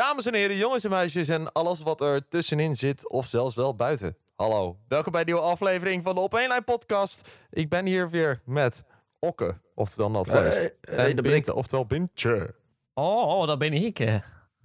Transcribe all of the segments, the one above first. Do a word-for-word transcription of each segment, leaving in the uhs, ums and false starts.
Dames en heren, jongens en meisjes en alles wat er tussenin zit of zelfs wel buiten. Hallo, welkom bij een nieuwe aflevering van de Op één Lijn podcast. Ik ben hier weer met Okke, oftewel Natflees. Hey, hey, en Binte, ik... oftewel Bintje. Oh, oh, dat ben ik. Hè.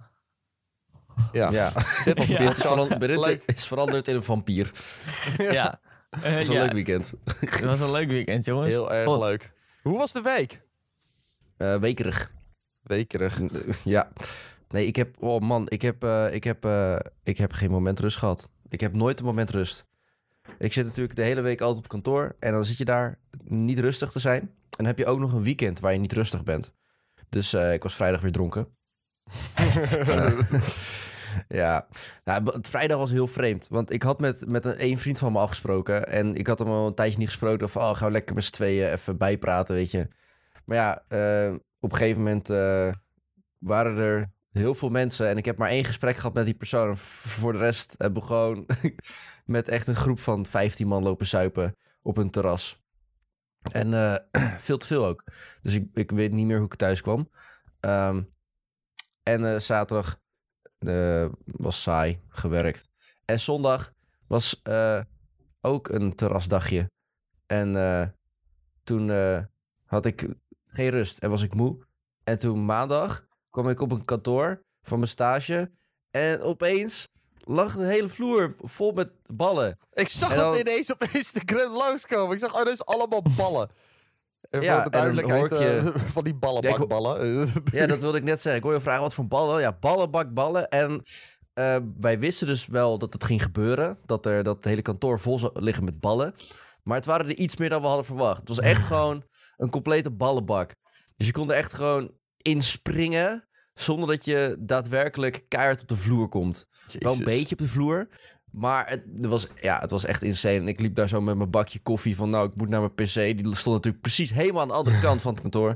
Ja, ja. Dit was ja. ja. Is, veranderd, is veranderd in een vampier. ja. ja. Uh, het was een ja. leuk weekend. Het was een leuk weekend, jongens. Heel erg God. leuk. Hoe was de week? Uh, wekerig. Wekerig. Ja. Nee, ik heb... Oh man, ik heb, uh, ik, heb, uh, ik heb geen moment rust gehad. Ik heb nooit een moment rust. Ik zit natuurlijk de hele week altijd op kantoor. En dan zit je daar niet rustig te zijn. En dan heb je ook nog een weekend waar je niet rustig bent. Dus uh, ik was vrijdag weer dronken. uh, ja, nou, het vrijdag was heel vreemd. Want ik had met, met een, een vriend van me afgesproken. En ik had hem al een tijdje niet gesproken. Van, oh, gaan we lekker met z'n tweeën even bijpraten, weet je. Maar ja, uh, op een gegeven moment uh, waren er heel veel mensen. En ik heb maar één gesprek gehad met die persoon. Voor de rest hebben we gewoon met echt een groep van vijftien man lopen suipen op een terras. En uh, veel te veel ook. Dus ik, ik weet niet meer hoe ik thuis kwam. Um, en uh, zaterdag uh, was saai, gewerkt. En zondag was uh, ook een terrasdagje. En uh, toen uh, had ik geen rust en was ik moe. En toen maandag kwam ik op een kantoor van mijn stage. En opeens lag de hele vloer vol met ballen. Ik zag dan... het ineens op Instagram langskomen. Ik zag, oh, dat is allemaal ballen. En ja, voor de duidelijkheid je... uh, van die ballenbakballen. Ja, ik... ja, dat wilde ik net zeggen. Ik hoor je vragen, wat voor ballen? Ja, ballenbakballen. En uh, wij wisten dus wel dat het ging gebeuren. Dat, er, dat het hele kantoor vol zou liggen met ballen. Maar het waren er iets meer dan we hadden verwacht. Het was echt gewoon een complete ballenbak. Dus je kon er echt gewoon inspringen zonder dat je daadwerkelijk keihard op de vloer komt. Jezus. Wel een beetje op de vloer. Maar het, het, was, ja, het was echt insane. En ik liep daar zo met mijn bakje koffie van... nou, ik moet naar mijn pc. Die stond natuurlijk precies helemaal aan de andere kant van het kantoor.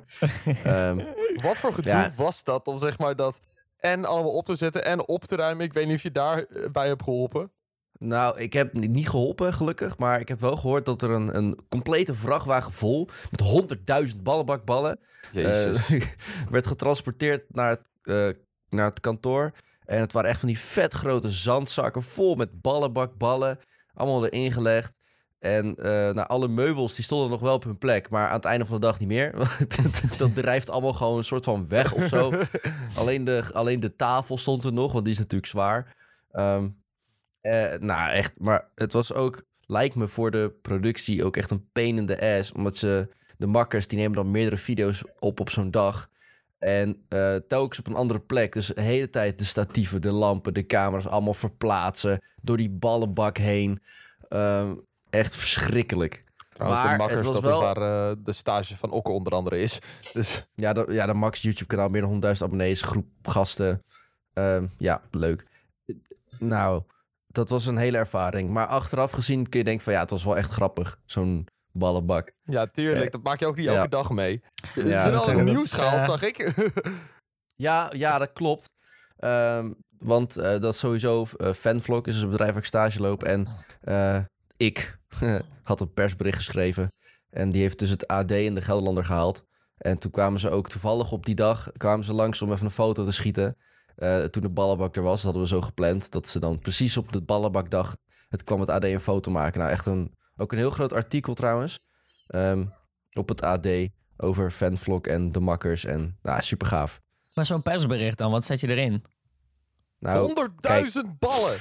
Um, Wat voor gedoe ja. was dat om zeg maar dat... en allemaal op te zetten en op te ruimen? Ik weet niet of je daarbij hebt geholpen. Nou, ik heb niet geholpen, gelukkig. Maar ik heb wel gehoord dat er een, een complete vrachtwagen vol... met honderdduizend ballenbakballen... Jezus. Uh, werd getransporteerd naar het, uh, naar het kantoor... En het waren echt van die vet grote zandzakken vol met ballenbakballen. Allemaal erin gelegd. En uh, nou, alle meubels die stonden nog wel op hun plek. Maar aan het einde van de dag niet meer. Dat drijft allemaal gewoon een soort van weg of zo. alleen, de, alleen de tafel stond er nog, want die is natuurlijk zwaar. Um, uh, nou, echt. Maar het was ook, lijkt me voor de productie ook echt een pain in the ass. Omdat ze, de makkers, die nemen dan meerdere video's op op zo'n dag... En uh, telkens op een andere plek. Dus de hele tijd de statieven, de lampen, de camera's... allemaal verplaatsen. Door die ballenbak heen. Um, echt verschrikkelijk. Trouwens, maar de Makkers, dat wel... is waar uh, de stage van Okke onder andere is. Dus... Ja, de, ja, de Max YouTube-kanaal. Meer dan honderdduizend abonnees. Groep gasten. Um, ja, leuk. Nou, dat was een hele ervaring. Maar achteraf gezien kun je denken van... ja, het was wel echt grappig. Zo'n... ballenbak. Ja, tuurlijk. Dat maak je ook niet ja. elke dag mee. Er ja, zijn al een nieuws dat, gehaald, uh... zag ik. ja, ja, dat klopt. Um, want uh, dat is sowieso... Uh, Fanvlog is een bedrijf waar ik stage loop. En uh, ik had een persbericht geschreven. En die heeft dus het A D en de Gelderlander gehaald. En toen kwamen ze ook toevallig op die dag... kwamen ze langs om even een foto te schieten. Uh, toen de ballenbak er was, dat hadden we zo gepland... dat ze dan precies op de ballenbakdag... het kwam het A D een foto maken. Nou, echt een... Ook een heel groot artikel trouwens. Um, op het A D over Fanvlog en de Makkers. En nou, super gaaf. Maar zo'n persbericht dan, wat zet je erin? Nou, honderdduizend ballen!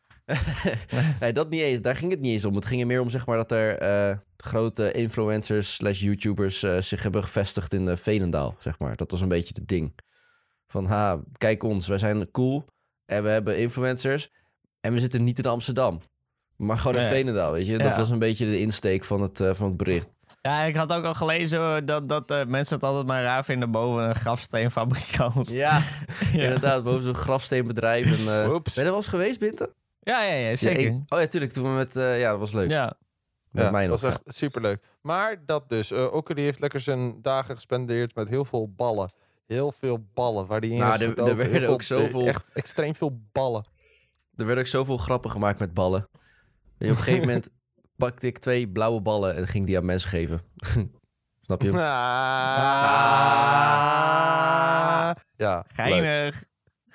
nee, dat niet eens. Daar ging het niet eens om. Het ging er meer om zeg maar, dat er uh, grote influencers slash YouTubers uh, zich hebben gevestigd in uh, Veenendaal. Zeg maar. Dat was een beetje het ding. Van, ha, kijk ons. Wij zijn cool. En we hebben influencers. En we zitten niet in Amsterdam. Maar gewoon in nee. Veenendaal, weet je. Ja. Dat was een beetje de insteek van het, uh, van het bericht. Ja, ik had ook al gelezen dat, dat uh, mensen het altijd maar raar vinden boven een grafsteenfabrikant. Ja, ja. Inderdaad, boven zo'n grafsteenbedrijf. En, uh, ben je er wel eens geweest, Binte? Ja, ja, ja, zeker. Ja, ik, oh ja, tuurlijk. Toen we met... Uh, ja, dat was leuk. Ja, met ja mij dat nog. was echt superleuk. Maar dat dus. Uh, Okke die heeft lekker zijn dagen gespendeerd met heel veel ballen. Heel veel ballen. Waar die in nou, er, er werden ook veel, zoveel... Echt extreem veel ballen. Er werden ook zoveel grappen gemaakt met ballen. En op een gegeven moment pakte ik twee blauwe ballen en ging die aan mensen geven. Snap je? Ah, ah, ja, geinig.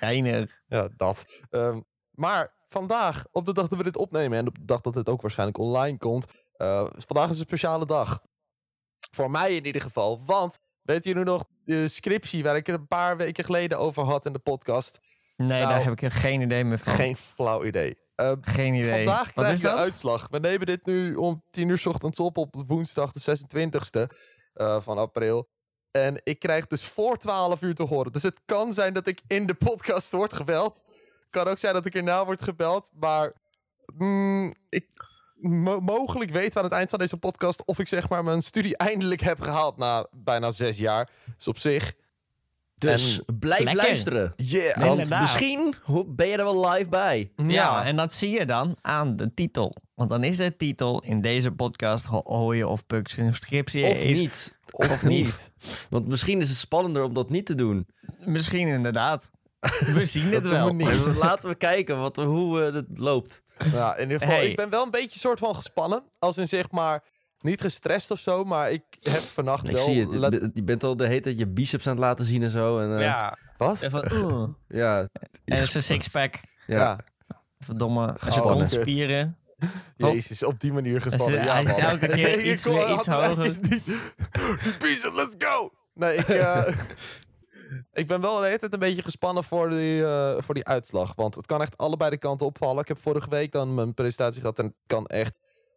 Reinig. Ja, dat. Um, maar vandaag, op de dag dat we dit opnemen... en op de dag dat dit ook waarschijnlijk online komt... Uh, vandaag is een speciale dag. Voor mij in ieder geval. Want, weet je nu nog de scriptie... waar ik het een paar weken geleden over had in de podcast? Nee, nou, daar heb ik er geen idee meer van. Geen flauw idee. Uh, geen idee. Vandaag Wat krijg is je dat? de uitslag. We nemen dit nu om tien uur 's ochtends op... op woensdag de zesentwintigste uh, van april... En ik krijg dus voor twaalf uur te horen. Dus het kan zijn dat ik in de podcast word gebeld. Kan ook zijn dat ik erna word gebeld. Maar mm, ik, mo- mogelijk weten we aan het eind van deze podcast... of ik zeg maar mijn studie eindelijk heb gehaald na bijna zes jaar. Dus op zich... Dus en blijf lekker. luisteren. Yeah. Want Inderdaad. misschien ben je er wel live bij. Ja, Ja, en dat zie je dan aan de titel. Want dan is de titel in deze podcast... Ho- Hooien of Puks een scriptie Of is. niet. of, of niet. niet. Want misschien is het spannender om dat niet te doen. Misschien inderdaad. We zien het Dat wel. doen we niet. Dus laten we kijken wat, hoe uh, het loopt. Ja, in ieder geval, Hey. ik ben wel een beetje soort van gespannen. Als in zeg maar, niet gestrest of zo. Maar ik heb vannacht Ik wel... zie het. let- Je bent al de hele tijd je biceps aan het laten zien en zo. En, uh, Ja. Wat? En van, uh. ja. En het is een sixpack. Ja. Ja. Verdomme. Als je Oh, bond- spieren. Jezus, op die manier gespannen. Hij Ja, zit man. elke keer Ik iets kon- weer had iets hem hoger. eventjes niet. Peace, let's go! Nee, ik, uh, ik ben wel de hele tijd een beetje gespannen voor die, uh, voor die uitslag. Want het kan echt allebei de kanten opvallen. Ik heb vorige week dan mijn presentatie gehad en het kan echt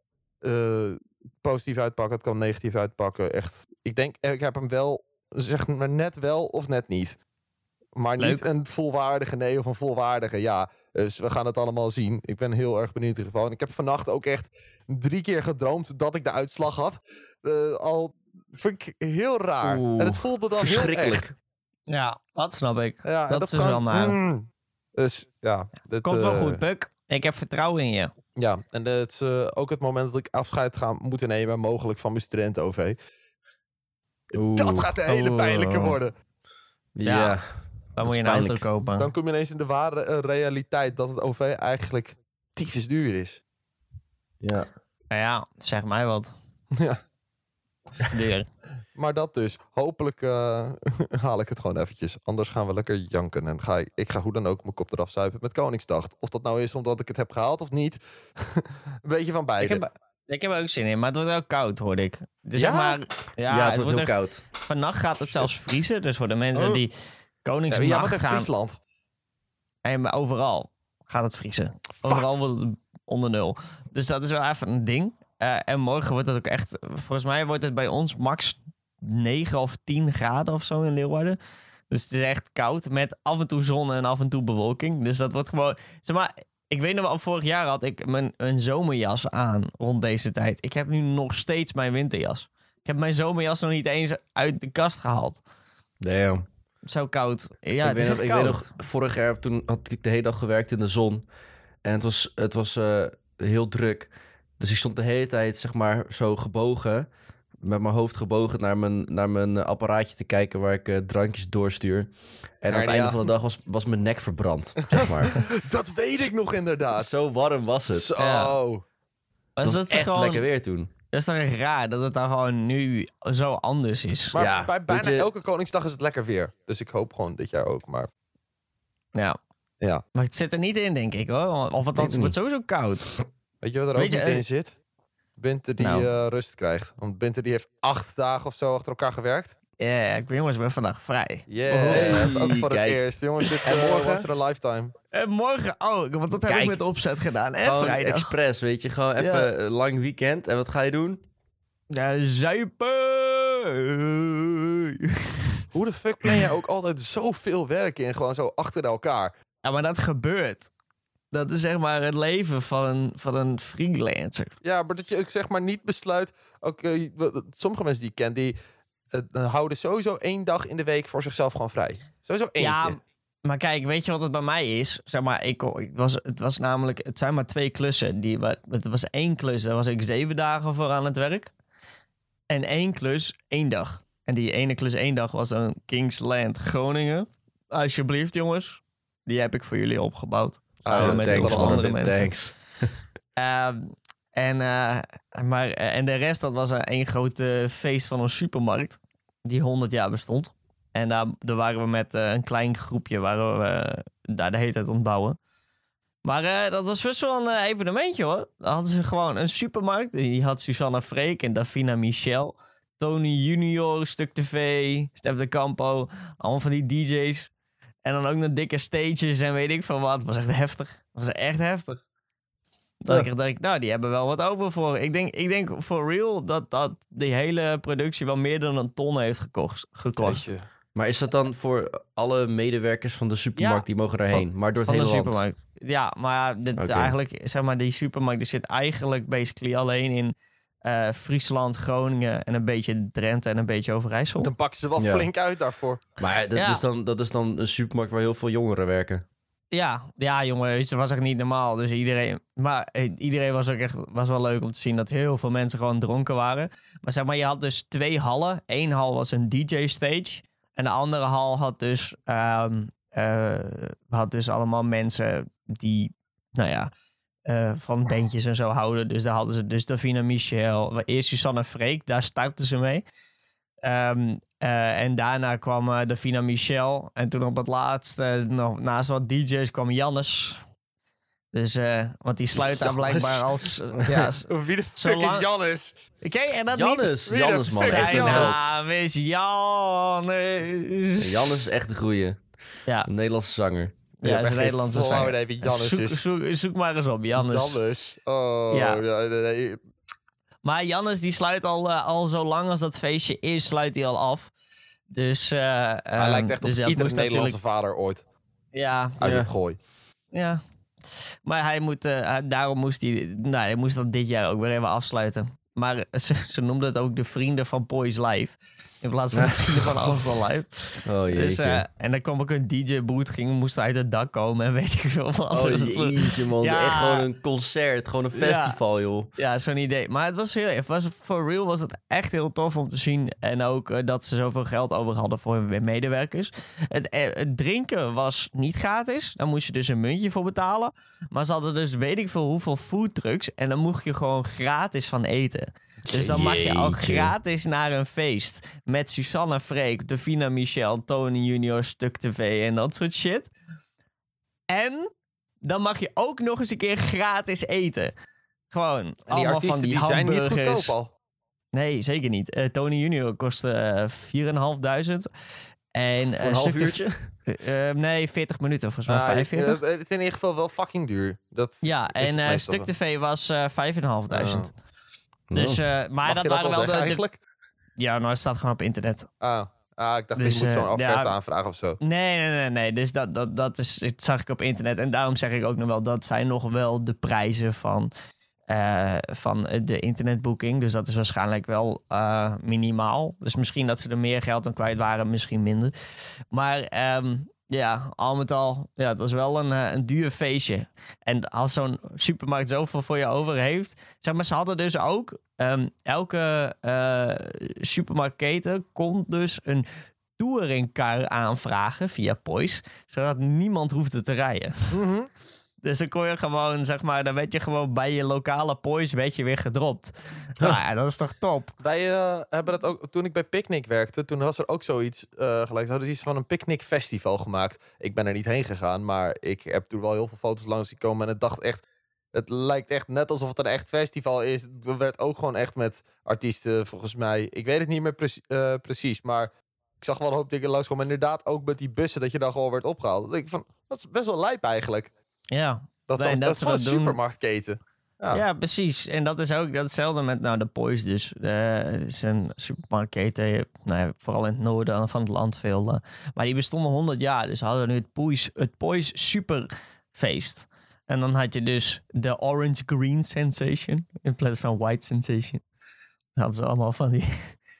uh, positief uitpakken. Het kan negatief uitpakken. Echt, ik denk, ik heb hem wel, zeg maar net wel of net niet. Maar Leuk. niet een volwaardige nee of een volwaardige ja. Dus we gaan het allemaal zien. Ik ben heel erg benieuwd in ieder geval. En ik heb vannacht ook echt drie keer gedroomd dat ik de uitslag had. Uh, al vind ik heel raar. Oeh, en het voelde dan heel verschrikkelijk. echt. Ja, dat snap ik. Ja, dat en is kan- wel naar. Mm. Dus ja. Dit, Komt wel uh, goed, Puk. Ik heb vertrouwen in je. Ja, en het is uh, ook het moment dat ik afscheid ga moeten nemen. Mogelijk van mijn studenten-O V. Oeh. Dat gaat een hele Oeh. pijnlijke worden. Ja. Ja. Dan Dat moet je is een auto pijnlijk. kopen. Dan kom je ineens in de ware uh, realiteit dat het O V eigenlijk tyfus duur is. Ja. Nou ja, zeg mij wat. Ja. Duur. Maar dat dus. Hopelijk uh, haal ik het gewoon eventjes. Anders gaan we lekker janken. En ga ik, ik ga hoe dan ook mijn kop eraf zuipen met Koningsdag. Of dat nou is omdat ik het heb gehaald of niet. Een beetje van beide. Ik heb, ik heb er ook zin in, maar het wordt wel koud, hoorde ik. Dus Ja? zeg maar, ja, Ja, het wordt heel echt- koud. Vannacht gaat het zelfs vriezen. Dus voor de mensen Oh. die Ja, Koningsnacht jij was in gaan... Friesland. En maar overal gaat het vriezen. Overal wordt het onder nul. Dus dat is wel even een ding. Uh, en morgen wordt het ook echt... Volgens mij wordt het bij ons max negen of tien graden of zo in Leeuwarden. Dus het is echt koud met af en toe zon en af en toe bewolking. Dus dat wordt gewoon... Zeg maar, ik weet nog wel, vorig jaar had ik mijn een zomerjas aan rond deze tijd. Ik heb nu nog steeds mijn winterjas. Ik heb mijn zomerjas nog niet eens uit de kast gehaald. Damn. Zo koud. Ja, ik het weet is nog, echt ik koud. weet nog, vorig jaar toen had ik de hele dag gewerkt in de zon. En het was, het was uh, heel druk. Dus ik stond de hele tijd, zeg maar, zo gebogen. Met mijn hoofd gebogen naar mijn, naar mijn apparaatje te kijken waar ik uh, drankjes doorstuur. En aan het Ja, einde ja. van de dag was, was mijn nek verbrand, zeg maar. Dat weet ik nog inderdaad. Zo warm was het. Zo. Ja. Dat Dus was dat is echt gewoon, lekker weer toen. Dat is toch echt raar dat het dan gewoon nu zo anders is. Maar Ja, bij bijna weet je- elke Koningsdag is het lekker weer. Dus ik hoop gewoon dit jaar ook. Maar Ja. ja. Maar het zit er niet in, denk ik hoor. Of althans, Denk het het wordt sowieso koud. Weet je wat er ook Weet je, niet eh, in zit? Binter die Nou. uh, rust krijgt. Want Binter die heeft acht dagen of zo achter elkaar gewerkt. Ja, ik ben jongens, ik ben vandaag vrij. Yeah, Hey, dat is ook voor kijk. het eerst. Jongens, dit is En uh, morgen? once in a lifetime. En morgen ook, want dat heb Kijk. ik met opzet gedaan. En Gewoon vrijdag. expres, weet je. Gewoon even Ja. een lang weekend. En wat ga je doen? Ja, zuipen! Hoe de fuck plan jij ook altijd zoveel werk in? Gewoon zo achter elkaar. Ja, maar dat gebeurt. Dat is zeg maar het leven van een, van een freelancer. Ja, maar dat je ook zeg maar niet besluit... Ook, uh, sommige mensen die ik ken, die uh, houden sowieso één dag in de week voor zichzelf gewoon vrij. Sowieso eentje. Ja, maar kijk, weet je wat het bij mij is? Zeg maar, ik, ik was, het was namelijk... Het zijn maar twee klussen. Die, wa- het was één klus, daar was ik zeven dagen voor aan het werk. En één klus, één dag. En die ene klus één dag was dan Kingsland Groningen. Alsjeblieft, jongens. Die heb ik voor jullie opgebouwd. Ah, Uh, ja, met thanks, allemaal man. andere mensen. Thanks. Ehm, en, eh, maar, eh, en de rest, dat was een één grote feest van een supermarkt. Die honderd jaar bestond. En daar, daar waren we met uh, een klein groepje waren we uh, daar de hele tijd ontbouwen. Maar uh, dat was best wel een uh, evenementje hoor. Dan hadden ze gewoon een supermarkt. Die had Susanna Freek en Davina Michel. Tony Junior, Stuk T V, Stef de Campo. Allemaal van die D J's. En dan ook nog dikke stages en weet ik van wat. Het was echt heftig. Het was echt heftig. Dat ja. ik dacht, nou, die hebben wel wat over voor. Ik denk, ik denk for real dat, dat die hele productie wel meer dan een ton heeft gekost. gekost. Maar is dat dan voor alle medewerkers van de supermarkt, ja, die mogen daarheen, van, maar door het hele land? Supermarkt. Ja, maar de, okay. de, eigenlijk, zeg maar, die supermarkt die zit eigenlijk basically alleen in uh, Friesland, Groningen en een beetje Drenthe en een beetje Overijssel. Dan pakken ze wel ja. flink uit daarvoor. Maar dat, ja. is dan, dat is dan een supermarkt waar heel veel jongeren werken. Ja, ja, jongen, het was echt niet normaal. Dus iedereen, maar iedereen was ook echt, was wel leuk om te zien dat heel veel mensen gewoon dronken waren. Maar zeg maar, je had dus twee hallen. Eén hal was een D J stage. En de andere hal had dus, um, uh, had dus allemaal mensen die, nou ja, uh, van bandjes en zo houden. Dus daar hadden ze dus Davina Michel. Eerst Susanna Freek, daar startten ze mee. Um, uh, en daarna kwam uh, Davina Michel. En toen op het laatste, uh, nog naast wat D J's, kwam Jannes. Dus, uh, want die sluit daar blijkbaar als... Uh, ja, wie de fuck lang... is Jannes? Oké, en dat Jannes, niet... Jannes, man. Echt een held. Is Jannes. Jannes is echt een goeie. Ja. Een Nederlandse zanger. Ja, ja is een Nederlandse zanger. Even Jannes zoek, zoek, zoek maar eens op, Jannes. Jannes. Oh, ja. ja nee, nee. Maar Jannes die sluit al, uh, al zo lang als dat feestje is, sluit hij al af. Dus... Uh, hij um, lijkt echt dus op iedere Nederlandse natuurlijk... vader ooit. Ja. Uit ja. het gooi. Ja. Maar hij moet, uh, daarom moest hij, nou, hij moest dat dit jaar ook weer even afsluiten. Maar ze, ze noemden het ook de vrienden van Boys Live. In plaats van de vrienden van Amstel Live. Oh dus, uh, en dan kwam ook een D J-boot, ging, moest uit het dak komen en weet ik veel wat. Oh dus jeetje man, ja. Echt gewoon een concert, gewoon een festival ja. joh. Ja, zo'n idee. Maar het was heel, het was, for real was het echt heel tof om te zien. En ook uh, dat ze zoveel geld over hadden voor hun medewerkers. Het, uh, het drinken was niet gratis. Daar moest je dus een muntje voor betalen. Maar ze hadden dus weet ik veel hoeveel foodtrucks. En dan mocht je gewoon gratis van eten. Dus dan mag je al gratis naar een feest. Met Susanna Freek, Davina Michel, Tony Junior, Stuk T V en dat soort shit. En dan mag je ook nog eens een keer gratis eten. Gewoon en allemaal die van die, die hamburgers. Zijn niet goedkoop al. Nee, zeker niet. Uh, Tony Junior kostte uh, vier en een half duizend. En uh, een half uurtje? Uh, nee, veertig minuten, volgens mij uh, vijfenveertig. Het is in ieder geval wel fucking duur. Dat ja, en uh, Stuk T V was uh, vijf en een half duizend. Uh. Dus, uh, maar Mag dat je waren dat wel zeggen, de, eigenlijk? De... Ja, nou, het staat gewoon op internet. Ah, ah ik dacht, dus, je moet zo'n uh, offerte ja, aanvragen of zo. Nee, nee, nee, nee. Dus dat, dat, dat, is, dat zag ik op internet. En daarom zeg ik ook nog wel, dat zijn nog wel de prijzen van, uh, van de internetboeking. Dus dat is waarschijnlijk wel uh, minimaal. Dus misschien dat ze er meer geld aan kwijt waren, misschien minder. Maar... Um, ja, al met al, ja, het was wel een, uh, een duur feestje. En als zo'n supermarkt zoveel voor je over heeft... Zeg maar, ze hadden dus ook... Um, elke uh, supermarktketen kon dus een touringcar aanvragen via Poys... zodat niemand hoefde te rijden. Mm-hmm. Dus dan kon je gewoon, zeg maar... dan werd je gewoon bij je lokale Poys werd je weer gedropt. Nou ja, dat is toch top? Wij uh, hebben dat ook... Toen ik bij Picnic werkte, toen was er ook zoiets uh, gelijk. Ze hadden iets van een picknickfestival gemaakt. Ik ben er niet heen gegaan, maar ik heb toen wel heel veel foto's langs gekomen. En het dacht echt... Het lijkt echt net alsof het een echt festival is. Het werd ook gewoon echt met artiesten, volgens mij. Ik weet het niet meer pre- uh, precies, maar... Ik zag wel een hoop dingen langskomen. En inderdaad ook met die bussen, dat je dan gewoon werd opgehaald. Dat denk ik van, dat is best wel lijp eigenlijk. Ja. Dat, nee, dat, dat dat is gewoon een supermarktketen. Ja. ja, precies. En dat is ook dat hetzelfde met nou, de Poys dus. Uh, het is een supermarktketen, nou ja, vooral in het noorden van het land veel. Uh, maar die bestonden honderd jaar. Dus hadden nu het Poys, het Poys Superfeest. En dan had je dus de Orange Green Sensation in plaats van White Sensation. Dan hadden ze allemaal van die...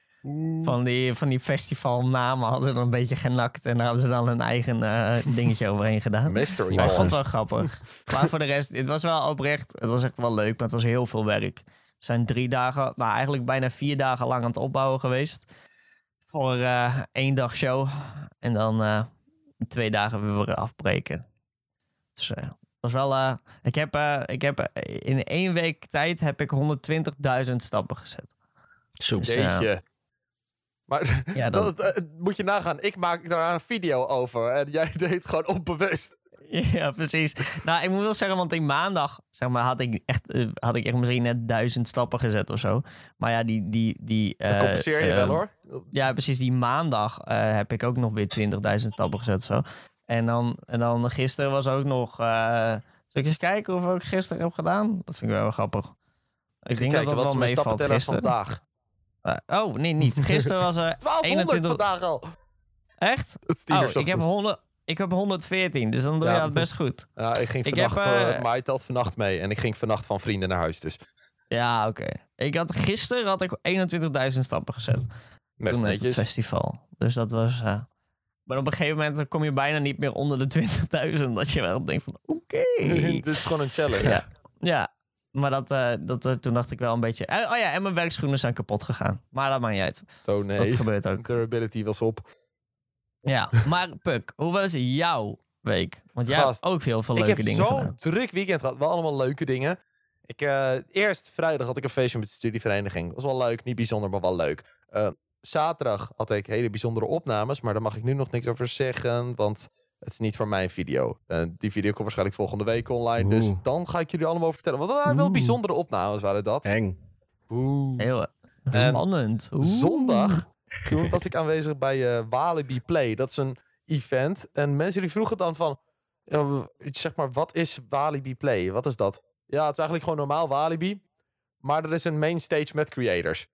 Van die, van die festivalnamen hadden ze dan een beetje genakt. En daar hebben ze dan een eigen uh, dingetje overheen gedaan. Mystery maar ik vond het wel grappig. Maar voor de rest, het was wel oprecht. Het was echt wel leuk, maar het was heel veel werk. We zijn drie dagen, nou eigenlijk bijna vier dagen lang aan het opbouwen geweest. Voor uh, één dag show. En dan uh, twee dagen weer afbreken. Dus uh, het was wel... Uh, ik heb, uh, ik heb uh, in één week tijd heb ik honderdtwintigduizend stappen gezet. Zo. Dus, uh, Maar Ja, dan... dat, uh, moet je nagaan. Ik maak daar een video over. En jij deed gewoon onbewust. Ja, precies. Nou, ik moet wel zeggen, want in maandag zeg maar, had, ik echt, uh, had ik echt misschien net duizend stappen gezet of zo. Maar ja, die... die, die uh, Dat compenseer je uh, wel, hoor. Ja, precies. Die maandag uh, heb ik ook nog weer twintigduizend stappen gezet of zo. En dan, en dan gisteren was ook nog... Uh, zal ik eens kijken hoeveel ik gisteren heb gedaan? Dat vind ik wel grappig. Ik denk Kijken, dat dat wel meevalt gisteren. Vandaag. Uh, oh, nee, niet. Gisteren was er... twaalfhonderd eenentwintig... vandaag al. Echt? Oh, ik heb, honderd, ik heb honderdveertien, dus dan doe ja, je dat best goed. Ja, ik ging vannacht... Ik heb, uh, maar hij telt vannacht mee. En ik ging vannacht van vrienden naar huis, dus... Ja, oké. Okay. Ik had Gisteren had ik eenentwintigduizend stappen gezet. Best Toen met het festival. Dus dat was... Uh... Maar op een gegeven moment kom je bijna niet meer onder de twintigduizend. Dat je wel denkt van, oké. Okay. Dit is gewoon een challenge. Ja, ja. Maar dat, uh, dat, uh, toen dacht ik wel een beetje... Uh, oh ja, en mijn werkschoenen zijn kapot gegaan. Maar dat maakt niet uit. Oh nee. Dat gebeurt ook. Durability was op. Ja, maar Puk, hoe was jouw week? Want jij Gast, hebt ook heel veel leuke dingen gedaan. Ik heb zo'n druk weekend gehad. Wel allemaal leuke dingen. Ik, uh, eerst vrijdag had ik een feestje met de studievereniging. Was wel leuk, niet bijzonder, maar wel leuk. Uh, zaterdag had ik hele bijzondere opnames. Maar daar mag ik nu nog niks over zeggen. Want het is niet voor mijn video. Uh, die video komt waarschijnlijk volgende week online. Oeh. Dus dan ga ik jullie allemaal over vertellen. Want dat waren wel bijzondere opnames, waren dat. Eng. Oeh. Heel spannend. Oeh. Zondag, toen was ik aanwezig bij uh, Walibi Play. Dat is een event. En mensen die vroegen dan van... Uh, zeg maar, wat is Walibi Play? Wat is dat? Ja, het is eigenlijk gewoon normaal Walibi. Maar er is een main stage met creators.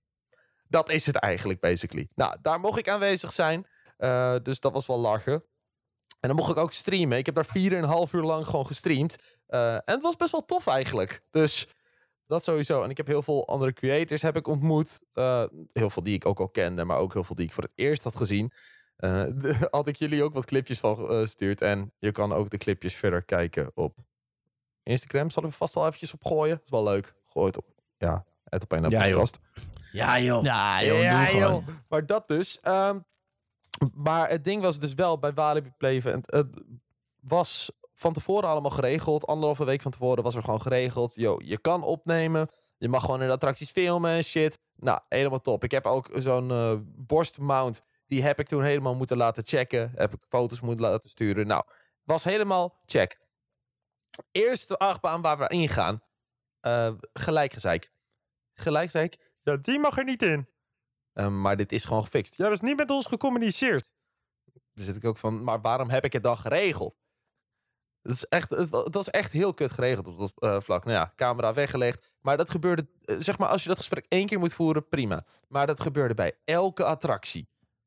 Dat is het eigenlijk, basically. Nou, daar mocht ik aanwezig zijn. Uh, dus dat was wel lachen. En dan mocht ik ook streamen. Ik heb daar vier en een half uur lang gewoon gestreamd. Uh, en het was best wel tof eigenlijk. Dus dat sowieso. En ik heb heel veel andere creators heb ik ontmoet. Uh, heel veel die ik ook al kende. Maar ook heel veel die ik voor het eerst had gezien. Uh, de, had ik jullie ook wat clipjes van gestuurd. En je kan ook de clipjes verder kijken op Instagram. Zal ik er vast al eventjes op gooien. Dat is wel leuk. Gooi het op. Ja, het op een ja, podcast. Joh. Ja joh. Ja joh. Ja, joh. Maar dat dus. Um, maar het ding was dus wel bij Walibi Play. Het, het was van tevoren allemaal geregeld. Anderhalve week van tevoren was er gewoon geregeld. Yo, je kan opnemen. Je mag gewoon in de attracties filmen en shit. Nou, helemaal top. Ik heb ook zo'n uh, borstmount. Die heb ik toen helemaal moeten laten checken. Heb ik foto's moeten laten sturen. Nou, was helemaal check. Eerste achtbaan waar we ingaan. Uh, gelijkgezeik. Gelijkgezeik. Ja, die mag er niet in. Uh, maar dit is gewoon gefixt. Ja, dat is niet met ons gecommuniceerd. Dan zit ik ook van, maar waarom heb ik het dan geregeld? Dat is echt, het, dat is echt heel kut geregeld op dat uh, vlak. Nou ja, camera weggelegd. Maar dat gebeurde, uh, zeg maar, als je dat gesprek één keer moet voeren, prima. Maar dat gebeurde bij elke attractie.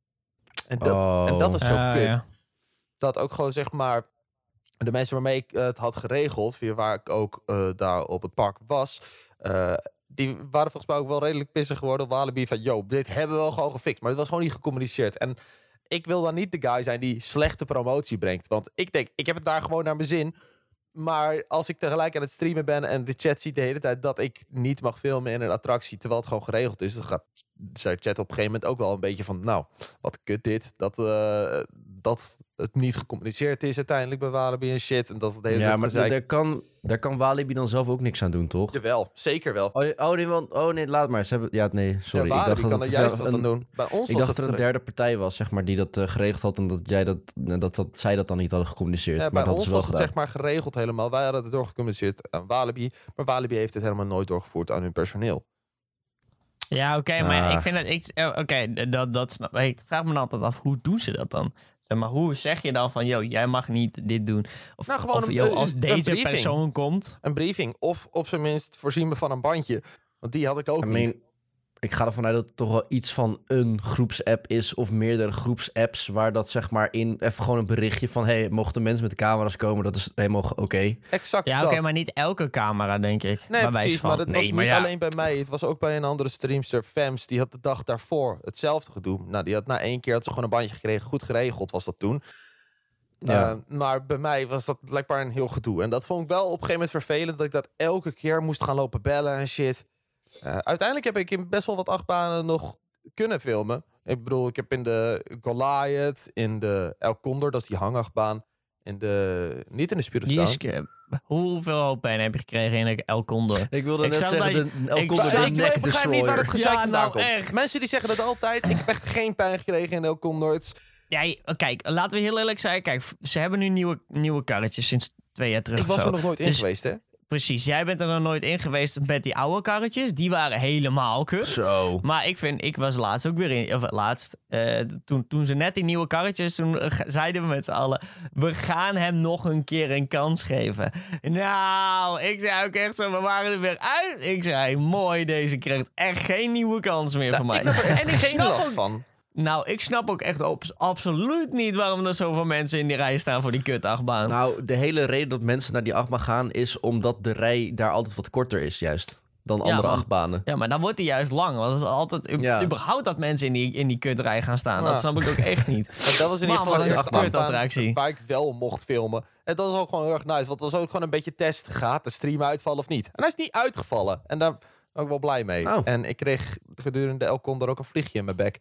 En dat, oh. en dat is zo uh, kut. Ja. Dat ook gewoon, zeg maar, de mensen waarmee ik uh, het had geregeld, via waar ik ook uh, daar op het park was, uh, die waren volgens mij ook wel redelijk pissig geworden op Walibi. Van, yo, dit hebben we wel gewoon gefixt. Maar het was gewoon niet gecommuniceerd. En ik wil dan niet de guy zijn die slechte promotie brengt. Want ik denk, ik heb het daar gewoon naar mijn zin. Maar als ik tegelijk aan het streamen ben en de chat ziet de hele tijd dat ik niet mag filmen in een attractie, terwijl het gewoon geregeld is, dan gaat zijn chat op een gegeven moment ook wel een beetje van, nou, wat kut dit. Dat, uh, dat het niet gecommuniceerd is uiteindelijk bij Walibi en shit. En dat het hele ja, maar daar, daar, kan, daar kan Walibi dan zelf ook niks aan doen, toch? Jawel, zeker wel. Oh, oh, nee, want, oh nee, laat maar. Ze hebben, ja, nee, sorry. Ja, Walibi ik dacht kan dat er juist wat aan doen. Bij ons ik was dacht dat er een derde partij was, zeg maar, die dat uh, geregeld had en dat, jij dat, dat, dat zij dat dan niet hadden gecommuniceerd. Ja, maar bij dat ons is wel was het gedaan. zeg maar geregeld helemaal. Wij hadden het doorgecommuniceerd aan Walibi. Maar Walibi heeft het helemaal nooit doorgevoerd aan hun personeel. Ja, oké, okay, ah. maar ik vind het... Ik, oké, okay, dat, dat, ik vraag me altijd af, hoe doen ze dat dan? Zeg maar, hoe zeg je dan van, yo, jij mag niet dit doen? Of, nou, gewoon of een, yo, als een deze briefing. persoon komt... Een briefing. Of op zijn minst voorzien me van een bandje. Want die had ik ook I mean, niet. Ik ga ervan uit dat het toch wel iets van een groepsapp is of meerdere groepsapps waar dat zeg maar in even gewoon een berichtje van hey, mochten mensen met de camera's komen, dat is helemaal oké. Okay. Exact. Ja, oké, okay, maar niet elke camera, denk ik. Nee, precies, van. maar het nee, was maar niet ja. alleen bij mij. Het was ook bij een andere streamster, Fems, die had de dag daarvoor hetzelfde gedoe. Nou, die had na één keer had ze gewoon een bandje gekregen. Goed geregeld was dat toen. Ja. Uh, maar bij mij was dat blijkbaar een heel gedoe. En dat vond ik wel op een gegeven moment vervelend, dat ik dat elke keer moest gaan lopen bellen en shit. Uh, uiteindelijk heb ik in best wel wat achtbanen nog kunnen filmen. Ik bedoel, ik heb in de Goliath, in de El Condor, dat is die hangachtbaan, In de, niet in de Spirit Die is, Zone. eh, hoeveel hoofdpijn heb je gekregen in El Condor? Ik wilde Ik net zag zeggen, dat de je- El ik Condor zag- de Ik neck begrijp niet waar het destroyer. gezeik Ja, vandaan nou komt. echt. Mensen die zeggen dat altijd. Ik heb echt geen pijn gekregen in El Condor. Het is- Ja, je- kijk, laten we heel eerlijk zijn. Kijk, ze hebben nu nieuwe, nieuwe karretjes sinds twee jaar terug. Ik of was zo. er nog nooit in Dus- geweest, hè? Precies, jij bent er nog nooit in geweest met die oude karretjes. Die waren helemaal kut. Zo. Maar ik vind, ik was laatst ook weer in, of laatst, eh, toen, toen ze net die nieuwe karretjes, toen eh, zeiden we met z'n allen, we gaan hem nog een keer een kans geven. Nou, ik zei ook echt zo, we waren er weer uit. Ik zei, mooi, deze krijgt echt geen nieuwe kans meer van mij. Ik heb er echt en ik geen snap last ook, van. nou, ik snap ook echt op, absoluut niet waarom er zoveel mensen in die rij staan voor die kutachtbaan. Nou, de hele reden dat mensen naar die achtbaan gaan is omdat de rij daar altijd wat korter is, juist. Dan andere want- achtbanen. Ja, maar dan wordt hij juist lang. Want het is altijd Ja. überhaupt dat mensen in die, in die kutrij gaan staan. Ja. Dat snap ik ook echt niet. Maar dat was in ieder Man, geval wat de een eerste achtbaan kutattractie. waar ik wel mocht filmen. En dat was ook gewoon heel erg nice. Want het was ook gewoon een beetje test. Gaat de stream uitvallen of niet? En hij is niet uitgevallen. En daar ben ik wel blij mee. Oh. En ik kreeg gedurende El Condor ook een vliegje in mijn bek.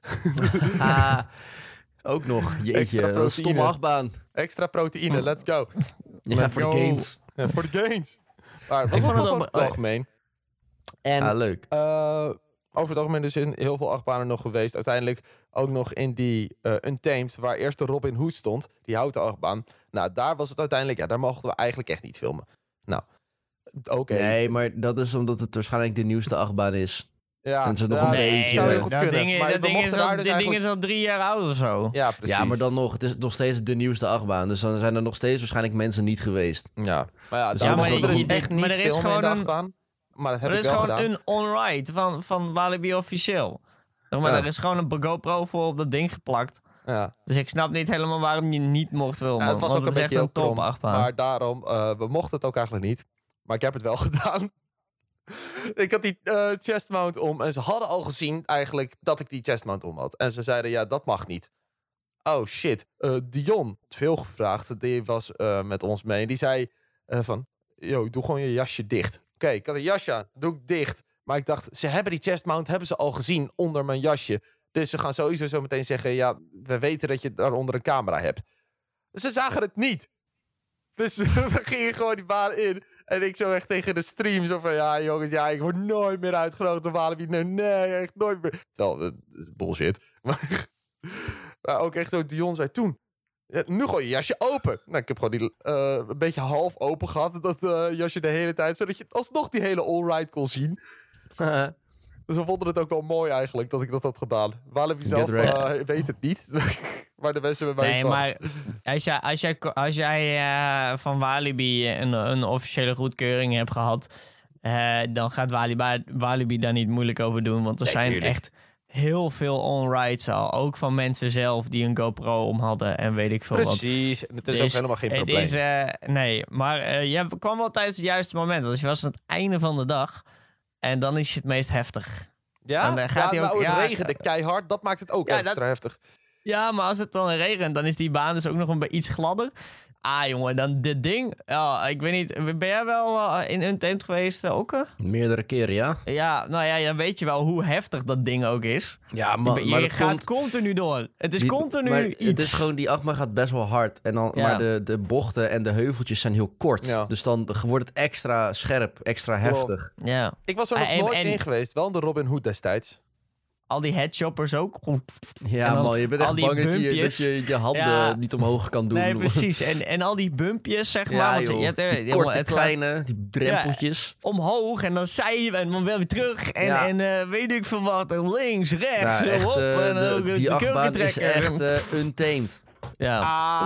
Ah, ook nog. Extra Jeetje, dat is een stomme proteïne. achtbaan. Extra proteïne, let's go. Ja, voor de go. gains. Ja, voor de gains. Maar het was Ik wel vond het gewoon ook- het algemeen. En Ah, leuk. eh, over het algemeen dus in heel veel achtbanen nog geweest. Uiteindelijk ook nog in die uh, Untamed, waar eerst de Robin Hood stond. Die houten achtbaan. Nou, daar was het uiteindelijk... Ja, daar mochten we eigenlijk echt niet filmen. Nou, oké. Nee, maar dat is omdat het waarschijnlijk de nieuwste achtbaan is. Ja, En ze nog ja, een dat beetje- zou heel goed dat kunnen. ding, is- Maar dat we ding, is mochten al, daar dus dit ding eigenlijk- is al drie jaar oud of zo. Ja, precies. Ja, maar dan nog, het is nog steeds de nieuwste achtbaan. Dus dan zijn er nog steeds waarschijnlijk mensen niet geweest. Ja, maar ja, Dus daar ja, mochten maar we dus je- echt niet maar er is filmen in de gewoon een- achtbaan. Maar dat heb Er ik is wel gewoon gedaan. een on-ride van, van Walibi officieel. Zeg maar Ja. er is gewoon een GoPro voor op dat ding geplakt. Ja. Dus ik snap niet helemaal waarom je niet mocht filmen. Ja, het was want ook een het is beetje echt een heel top krom. achtbaan. Maar daarom, eh, we mochten het ook eigenlijk niet. Maar ik heb het wel gedaan. Ik had die eh chest mount om. En ze hadden al gezien eigenlijk dat ik die chest mount om had. En ze zeiden, ja, dat mag niet. Oh shit. Eh, Dion, veel gevraagd. Die was eh, met ons mee. Die zei eh, van, yo, doe gewoon je jasje dicht. Oké, ik had een jasje aan. Doe ik dicht. Maar ik dacht, ze hebben die chest mount hebben ze al gezien onder mijn jasje. Dus ze gaan sowieso zo meteen zeggen, ja, we weten dat je daaronder een camera hebt. Ze zagen het niet. Dus we gingen gewoon die baan in. En ik zo echt tegen de stream zo van... Ja, jongens, ja, ik word nooit meer uitgenodigd door Walibi. Nee, nee, echt nooit meer. Terwijl, dat is bullshit. Maar, maar ook echt zo, Dion zei toen... Ja, nu gooi je jasje open. Nou, ik heb gewoon die uh, een beetje half open gehad. Dat uh, jasje de hele tijd. Zodat je alsnog die hele all-ride kon zien. Dus we vonden het ook wel mooi eigenlijk dat ik dat had gedaan. Walibi zelf uh, weet het niet. Maar de mensen bij mij Nee, maar als jij, als jij, als jij uh, van Walibi een, een officiële goedkeuring hebt gehad... Uh, dan gaat Walibi, Walibi daar niet moeilijk over doen. Want er nee, zijn tuurlijk. echt heel veel on-rides al. Ook van mensen zelf die een GoPro om hadden en weet ik veel wat. Precies, en het is dus, ook helemaal geen het probleem. Is, uh, nee, maar uh, je kwam wel tijdens het juiste moment. Dus je was aan het einde van de dag. En dan is het meest heftig. Ja, dan, uh, gaat ja hij ook, nou, het ja, regende keihard. Dat maakt het ook ja, extra dat, heftig. Ja, maar als het dan regent, dan is die baan dus ook nog een beetje iets gladder. Ah, jongen, dan dit ding. Ja, ik weet niet. Ben jij wel uh, in Untamed geweest, uh, ook? Uh? Meerdere keren, ja. Ja, nou ja, dan weet je wel hoe heftig dat ding ook is. Ja, maar, je maar je gaat komt, continu door. Het is die, continu maar iets. Het is gewoon, die achtbaan gaat best wel hard. En dan, Ja. Maar de, de bochten en de heuveltjes zijn heel kort. Ja. Dus dan wordt het extra scherp, extra heftig. Ja. Ik was er Ah, nog en- nooit en- in geweest. Wel in de Robin Hood destijds. Al die headshoppers ook. Ja, En dan man, je bent al echt die bang dat je, dat bumpjes. je je handen Ja. niet omhoog kan doen. Nee, precies. En, en al die bumpjes, zeg maar. Ja, want joh. je hebt, Die eh, korte, het gaat kleine, die drempeltjes. omhoog en dan zij je en dan wel weer terug. En, Ja. en uh, weet ik veel wat. En links, rechts. Ja, en echt, op, uh, en de, ook die de achtbaan is kurkentrekker. echt uh, untamed. Ja.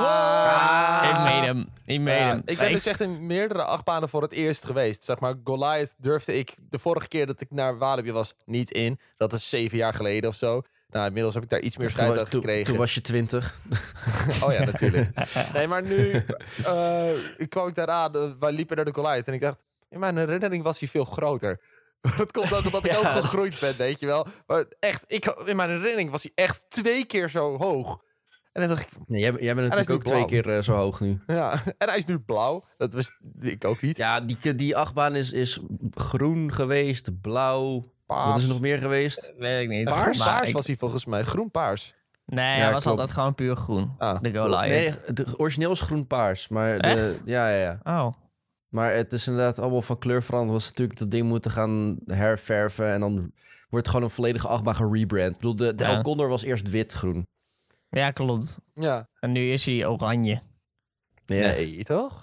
Ah. Ik made hem. Ik made Ja, hem. ik ben dus echt in meerdere achtbanen voor het eerst geweest. Zeg maar, Goliath durfde ik de vorige keer dat ik naar Walibi was niet in. Dat is zeven jaar geleden of zo. Nou, inmiddels heb ik daar iets meer scheid Toen, aan toen, gekregen. toen was je twintig. Oh ja, natuurlijk. Nee, maar nu uh, kwam ik daar aan. Uh, wij liepen naar de Goliath en ik dacht... In mijn herinnering was hij veel groter. Dat komt ook omdat ik Ja, ook dat- gegroeid ben, weet je wel. Maar echt, ik, in mijn herinnering was hij echt twee keer zo hoog. En dan dacht ik... Nee, jij, jij bent hij is natuurlijk ook nu twee blauw. keer uh, zo hoog nu. Ja, en hij is nu blauw. Dat wist ik ook niet. Ja, die, die achtbaan is, is groen geweest, blauw. Paars. Wat is er nog meer geweest? Weet ik niet. Paars, Maar paars ik- was hij volgens mij. Groen-paars. Nee, Ja, hij was klopt. altijd gewoon puur groen. Ah, De klopt. Goliath. Nee, de origineel is groen-paars. Maar de, Echt? Ja, ja, ja. Oh. Maar het is inderdaad allemaal van kleur veranderd. Was natuurlijk dat ding moeten gaan herverven. En dan wordt het gewoon een volledige achtbaan gerebrand. Ik bedoel, de, de Ja. El Condor was eerst wit-groen. Ja, klopt. Ja. En nu is hij oranje. Ja. Nee, toch?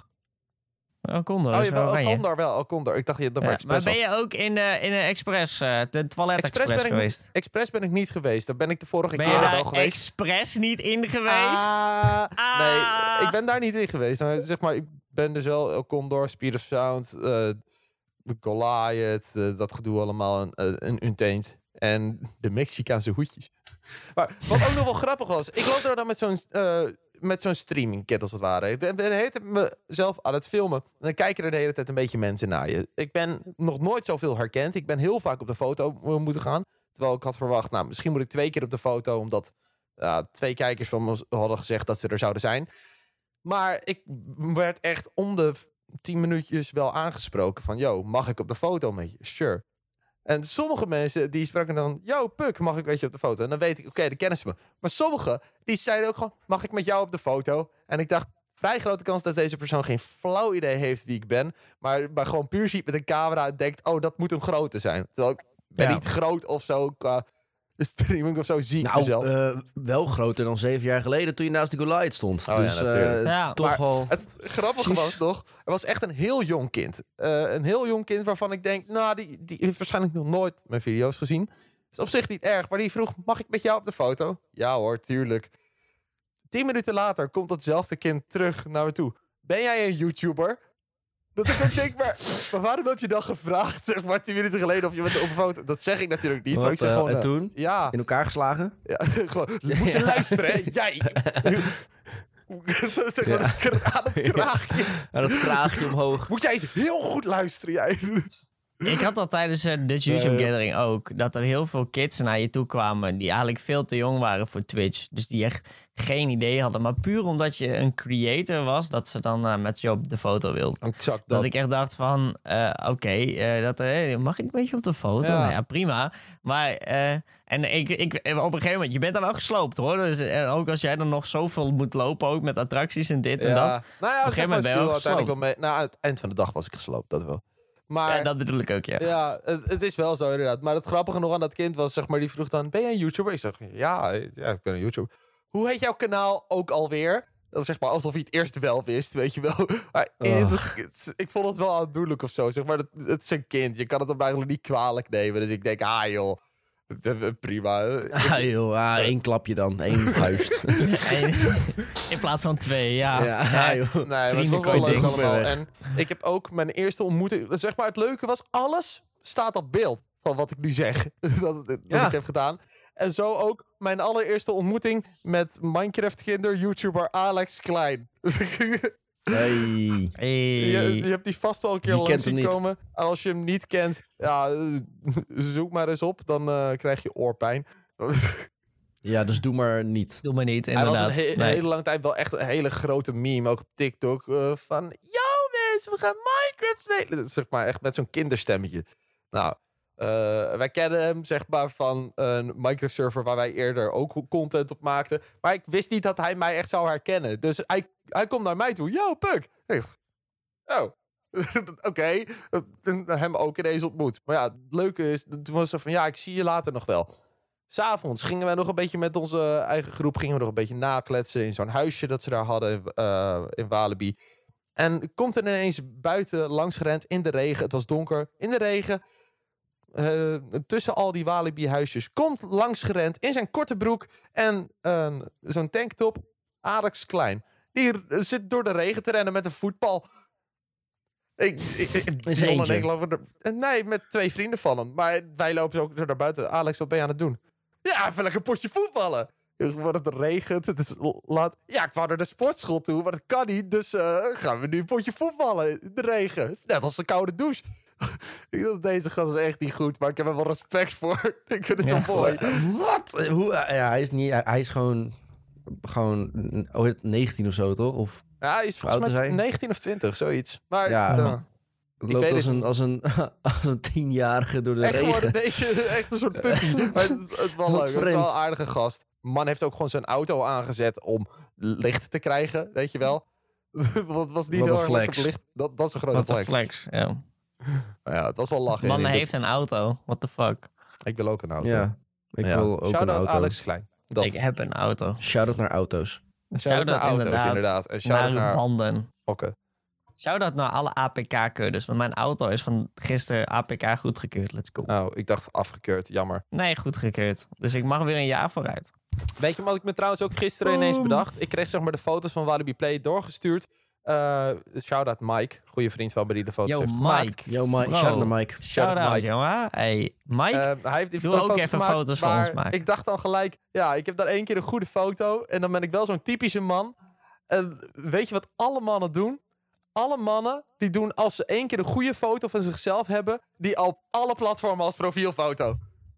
El Condor Oh, is je wel wel El oranje. Condor, wel El Condor. Ik dacht je dat Ja, voor maar Express ben was. je ook in de, in de Express, uh, de Toilet Express, Express ben ik geweest? Express ben ik niet geweest. Daar ben ik de vorige Ben keer je wel daar geweest. Express niet in geweest? Ah, Ah. Nee, ik ben daar niet in geweest. Maar, zeg maar, ik ben dus wel El Condor, Speed of Sound, uh, de Goliath, uh, dat gedoe allemaal, een, uh, een Untamed. En de Mexicaanse hoedjes. Maar wat ook nog wel grappig was, ik loop daar dan met zo'n uh, met zo'n streaming kit als het ware. Ik ben de hele tijd mezelf aan het filmen. En dan kijken er de hele tijd een beetje mensen naar je. Ik ben nog nooit zoveel herkend. Ik ben heel vaak op de foto moeten gaan. Terwijl ik had verwacht, nou, misschien moet ik twee keer op de foto, omdat uh, twee kijkers van me hadden gezegd dat ze er zouden zijn. Maar ik werd echt om de tien minuutjes wel aangesproken van, yo, mag ik op de foto met je? Sure. En sommige mensen die spraken dan, yo, Puk, mag ik weet je op de foto? En dan weet ik, oké, okay, dan kennen ze me. Maar sommigen, die zeiden ook gewoon, mag ik met jou op de foto? En ik dacht, vrij grote kans dat deze persoon geen flauw idee heeft wie ik ben. Maar, maar gewoon puur ziet met een camera en denkt, oh, dat moet een grote zijn. Terwijl ik ben Ja. niet groot of zo qua streaming of zo, zie ik Nou, mezelf. uh, wel groter dan zeven jaar geleden toen je naast de Goliath stond. Oh, dus ja, natuurlijk. uh, Ja. toch Maar wel... Het grappige Precies. was nog, er was echt een heel jong kind. Uh, een heel jong kind waarvan ik denk, nou, die, die heeft waarschijnlijk nog nooit mijn video's gezien. Is op zich niet erg, maar die vroeg, mag ik met jou op de foto? Ja hoor, tuurlijk. Tien minuten later komt datzelfde kind terug naar me toe. Ben jij een YouTuber? Dat ik ook denk, maar, maar waarom heb je dan gevraagd, zeg maar, tien minuten geleden of je bent op een foto? Dat zeg ik natuurlijk niet. Wat, maar ik zeg uh, gewoon, en uh, toen? Ja. In elkaar geslagen? Ja, gewoon, moet je Ja. luisteren, hè? Jij. zeg maar, Ja. het kra- aan het kraagje. Ja, dat kraagje omhoog. Moet jij eens heel goed luisteren, jij. Ik had dat tijdens uh, de YouTube Uh, Gathering ook. Dat er heel veel kids naar je toe kwamen die eigenlijk veel te jong waren voor Twitch. Dus die echt geen idee hadden. Maar puur omdat je een creator was, dat ze dan uh, met je op de foto wilden. Exact Dat dat. ik echt dacht van, uh, oké, okay, uh, dat uh, mag ik een beetje op de foto? Ja. Nou ja, prima. Maar, uh, en ik, ik, op een gegeven moment, je bent dan wel gesloopt hoor. Dus, en ook als jij dan nog zoveel moet lopen, ook met attracties en dit en dat. Nou ja, Op een gegeven moment ben je wel uiteindelijk wel gesloopt. mee. Nou, aan het eind van de dag was ik gesloopt, dat wel. Maar Ja, dat bedoel ik ook, ja. ja, het, het is wel zo inderdaad. Maar het grappige nog aan dat kind was, zeg maar, die vroeg dan, ben jij een YouTuber? Ik zeg, ja, ja, ik ben een YouTuber. Hoe heet jouw kanaal ook alweer? Dat is zeg maar alsof je het eerst wel wist, weet je wel. Maar in het- het- ik vond het wel aandoenlijk of zo. Zeg maar, het, het is een kind. Je kan het hem eigenlijk niet kwalijk nemen. Dus ik denk, ah joh, prima. Ah joh, ah, één klapje dan. Één vuist. En- in plaats van twee, ja. Ja, ah, joh. Nee, maar het was Vriendelijk wel leuk ding. allemaal. Weg. En ik heb ook mijn eerste ontmoeting... Zeg maar, het leuke was, alles staat op beeld van wat ik nu zeg. dat dat Ja. ik heb gedaan. En zo ook mijn allereerste ontmoeting met Minecraft-kinder-YouTuber Alex Klein. Hey. Hey. je, je hebt die vast al een keer Wie langs kent hem zien niet? komen. En als je hem niet kent, ja, eh, zoek maar eens op. Dan eh, krijg je oorpijn. Ja, dus doe maar niet. Doe maar niet, Hij was inderdaad. een, he- een Nee. hele lange tijd wel echt een hele grote meme, ook op TikTok. eh, van, yo mensen, we gaan Minecraft spelen. Dat is zeg maar echt met zo'n kinderstemmetje. Nou, eh, wij kennen hem zeg maar van een Minecraft server waar wij eerder ook content op maakten. Maar ik wist niet dat hij mij echt zou herkennen. Dus hij, hij komt naar mij toe. Yo, Puk. Ik dacht, oh. Oké, hem ook ineens ontmoet. Maar ja, het leuke is, toen was ze van, ja, ik zie je later nog wel. 'S'avonds gingen wij nog een beetje met onze eigen groep... gingen we nog een beetje nakletsen in zo'n huisje dat ze daar hadden in, uh, in Walibi. En komt er ineens buiten langs gerend in de regen. Het was donker, in de regen. Uh, tussen al die Walibi-huisjes komt langs gerend in zijn korte broek... en uh, zo'n tanktop, Alex Klein. Die uh, zit door de regen te rennen met een voetbal... Ik, ik, ik, Is Jon en eentje? ik lopen er- nee, met twee vrienden van hem. Maar wij lopen ook er naar buiten. Alex, wat ben je aan het doen? Ja, even lekker potje voetballen. Dus wordt het regent, het is laat. Ja, ik wou naar de sportschool toe, maar dat kan niet. Dus uh, gaan we nu een potje voetballen in de regen. Het is net als een koude douche. Ik dacht, deze gast is echt niet goed, maar ik heb er wel respect voor. Ik vind het Ja. wel mooi. Wat? Hoe? Ja, hij is niet... Hij is gewoon... Gewoon... Oh, het negentien of zo, toch? Of Ja, hij is volgens oud is mij hij? negentien of twintig, zoiets. Maar Ja, uh, man. weet loopt als het een, als, een, als een tienjarige door de echt gewoon regen. een beetje echt een soort puppy. Maar het is, het is wel Wat leuk, het is wel vreemd. een aardige gast. Man heeft ook gewoon zijn auto aangezet om licht te krijgen, weet je wel. Want het was niet Wat heel een erg lekker flex. belicht. Dat, dat is een grote Wat een flex. flex, ja. Maar ja, het was wel lachen. Man En ik, heeft een auto. What the fuck? ik wil ook een auto. Ja, ik Ja. wil ook een Shout-out auto. Alex Klein. Dat. Ik heb een auto. Shout-out naar auto's. Shout-out naar auto's, inderdaad. inderdaad. En Naar shout-out uw naar banden. Oké. Shout-out naar alle A P K-keurders. Want mijn auto is van gisteren A P K goedgekeurd. Let's go. Nou, ik dacht afgekeurd. Jammer. Nee, goedgekeurd. Dus ik mag weer een jaar vooruit. Weet je wat ik me trouwens ook gisteren ineens bedacht? Ik kreeg zeg maar de foto's van Walibi Play doorgestuurd. Uh, shout-out Mike. Goeie vriend van me die de foto's Yo, heeft gemaakt. Mike. Yo, Mike. Bro. Shout-out naar Mike. Shout-out, Mike. jongen. Hey, Mike. Uh, hij heeft die Doe foto's ook even gemaakt, foto's van maar ons maken. Ik dacht dan gelijk, ja, ik heb daar één keer een goede foto. En dan ben ik wel zo'n typische man. En weet je wat alle mannen doen? Alle mannen die doen als ze één keer een goede foto van zichzelf hebben, die op alle platformen als profielfoto.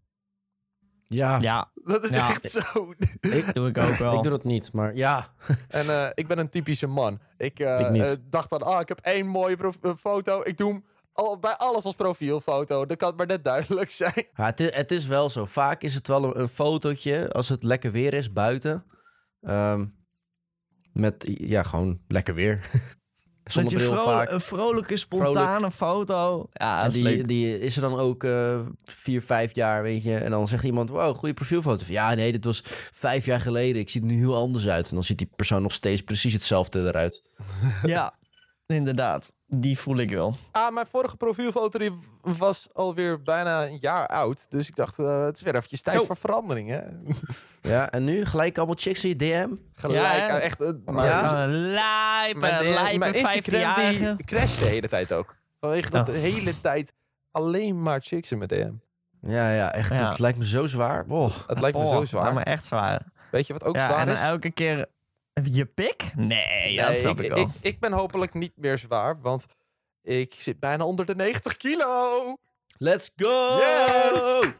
Ja, ja, Dat is Ja. echt zo. ik, doe ik ook wel. ik doe dat niet, maar ja. En uh, ik ben een typische man. Ik, uh, Ik niet. uh, dacht dan, ah, ik heb één mooie prof- uh, foto. Ik doe hem al, bij alles als profielfoto. Dat kan het maar net duidelijk zijn. Ja, het, is, het is wel zo. Vaak is het wel een, een fotootje als het lekker weer is buiten. Ehm, met, ja, gewoon lekker weer. Dat je Zonnebril vrolijk, vaak. een vrolijke, spontane foto. Ja, dat En is die, leuk. die is er dan ook eh, vier, vijf jaar, weet je. En dan zegt iemand, wow, goede profielfoto. Van, ja, nee, dit was vijf jaar geleden. Ik zie er nu heel anders uit. En dan ziet die persoon nog steeds precies hetzelfde eruit. Ja, inderdaad. Die voel ik wel. Ah, mijn vorige profielfoto die was alweer bijna een jaar oud. Dus ik dacht, uh, het is weer eventjes tijd Oh. voor verandering, hè? Ja, en nu gelijk allemaal chicks in je D M. Gelijk, Ja, hè? uh, echt. Uh, Ja. maar, Een lijpe, mijn, uh, lijpe mijn Instagram vijftienjarige. die crasht de hele tijd ook. Vanwege dat Oh. de hele tijd alleen maar chicks in mijn D M. Ja, ja, echt. Ja. Het lijkt me zo zwaar. Oh. Het lijkt me Oh, zo zwaar. lijkt me echt zwaar. Weet je wat ook Ja, zwaar en dan is? elke keer je pik? Nee, ja, dat Nee, snap ik, ik, wel. ik, ik ben hopelijk niet meer zwaar, want ik zit bijna onder de negentig kilo. Let's go! Yes!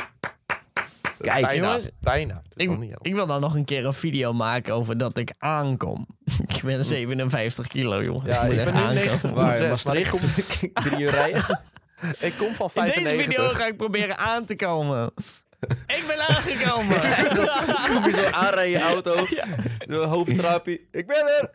Kijk, bijna, jongens. bijna. Dat is Ik, nog niet helemaal. ik wil dan nog een keer een video maken over dat ik aankom. ik ben zevenenvijftig kilo, jongen. Ja, moet ik echt ben nu aankomen. negentig Waar, zes, maar ik Maastricht? kom, Drie uur rijden? ik kom van In deze vijfennegentig. video ga ik proberen aan te komen. Ik ben aangekomen. Kom je zo aanrijden in je auto. De hoofdtrapie. Ik ben er!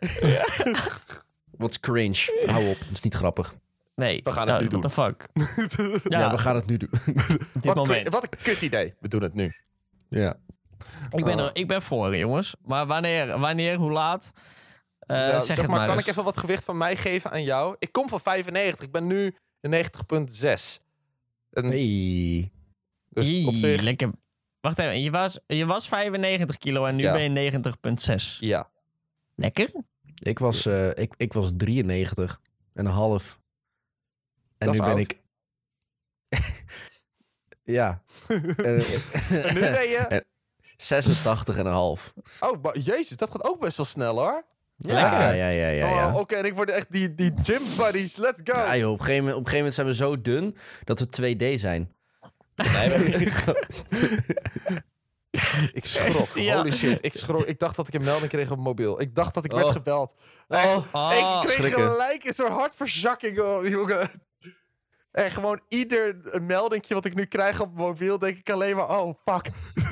Wat cringe. Hou op, dat is niet grappig. Nee, We gaan het nu what the fuck. Ja, Ja, we gaan het nu doen. op dit Wat, moment. cra- wat een kut idee. We doen het nu. Ja. Ik ben, er, ik ben voor, jongens. Maar wanneer, wanneer hoe laat? Eh, Ja, zeg, zeg het maar, maar kan eens. ik even wat gewicht van mij geven aan jou? Ik kom van vijfennegentig. Ik ben nu negentig komma zes. En Hey. dus op Ie, zich, lekker. Wacht even, je was, je was vijfennegentig kilo en nu Ja. ben je negentig komma zes. ja. Lekker? Ik was, eh, ik, ik was drieënnegentig en een half. En Dat nu is ben oud. ik... ja. Eh, En nu ben je... zesentachtig en een half. Oh, maar jezus, dat gaat ook best wel snel, hoor. Ja, Lekker. ja, ja, ja, ja. ja. Oh, Oké, en ik word echt die, die gym buddies. Let's go. Ja, joh, op, een gegeven moment, op een gegeven moment zijn we zo dun dat we twee D zijn. Ik schrok. Ja. Holy shit. Ik schrok. Ik dacht dat ik een melding kreeg op mobiel. Ik dacht dat ik werd Oh. gebeld. Echt, Oh, ik kreeg schrikken. gelijk een soort hartverzakking, oh, jongen. En gewoon ieder een meldingje wat ik nu krijg op mobiel, denk ik alleen maar, oh, fuck.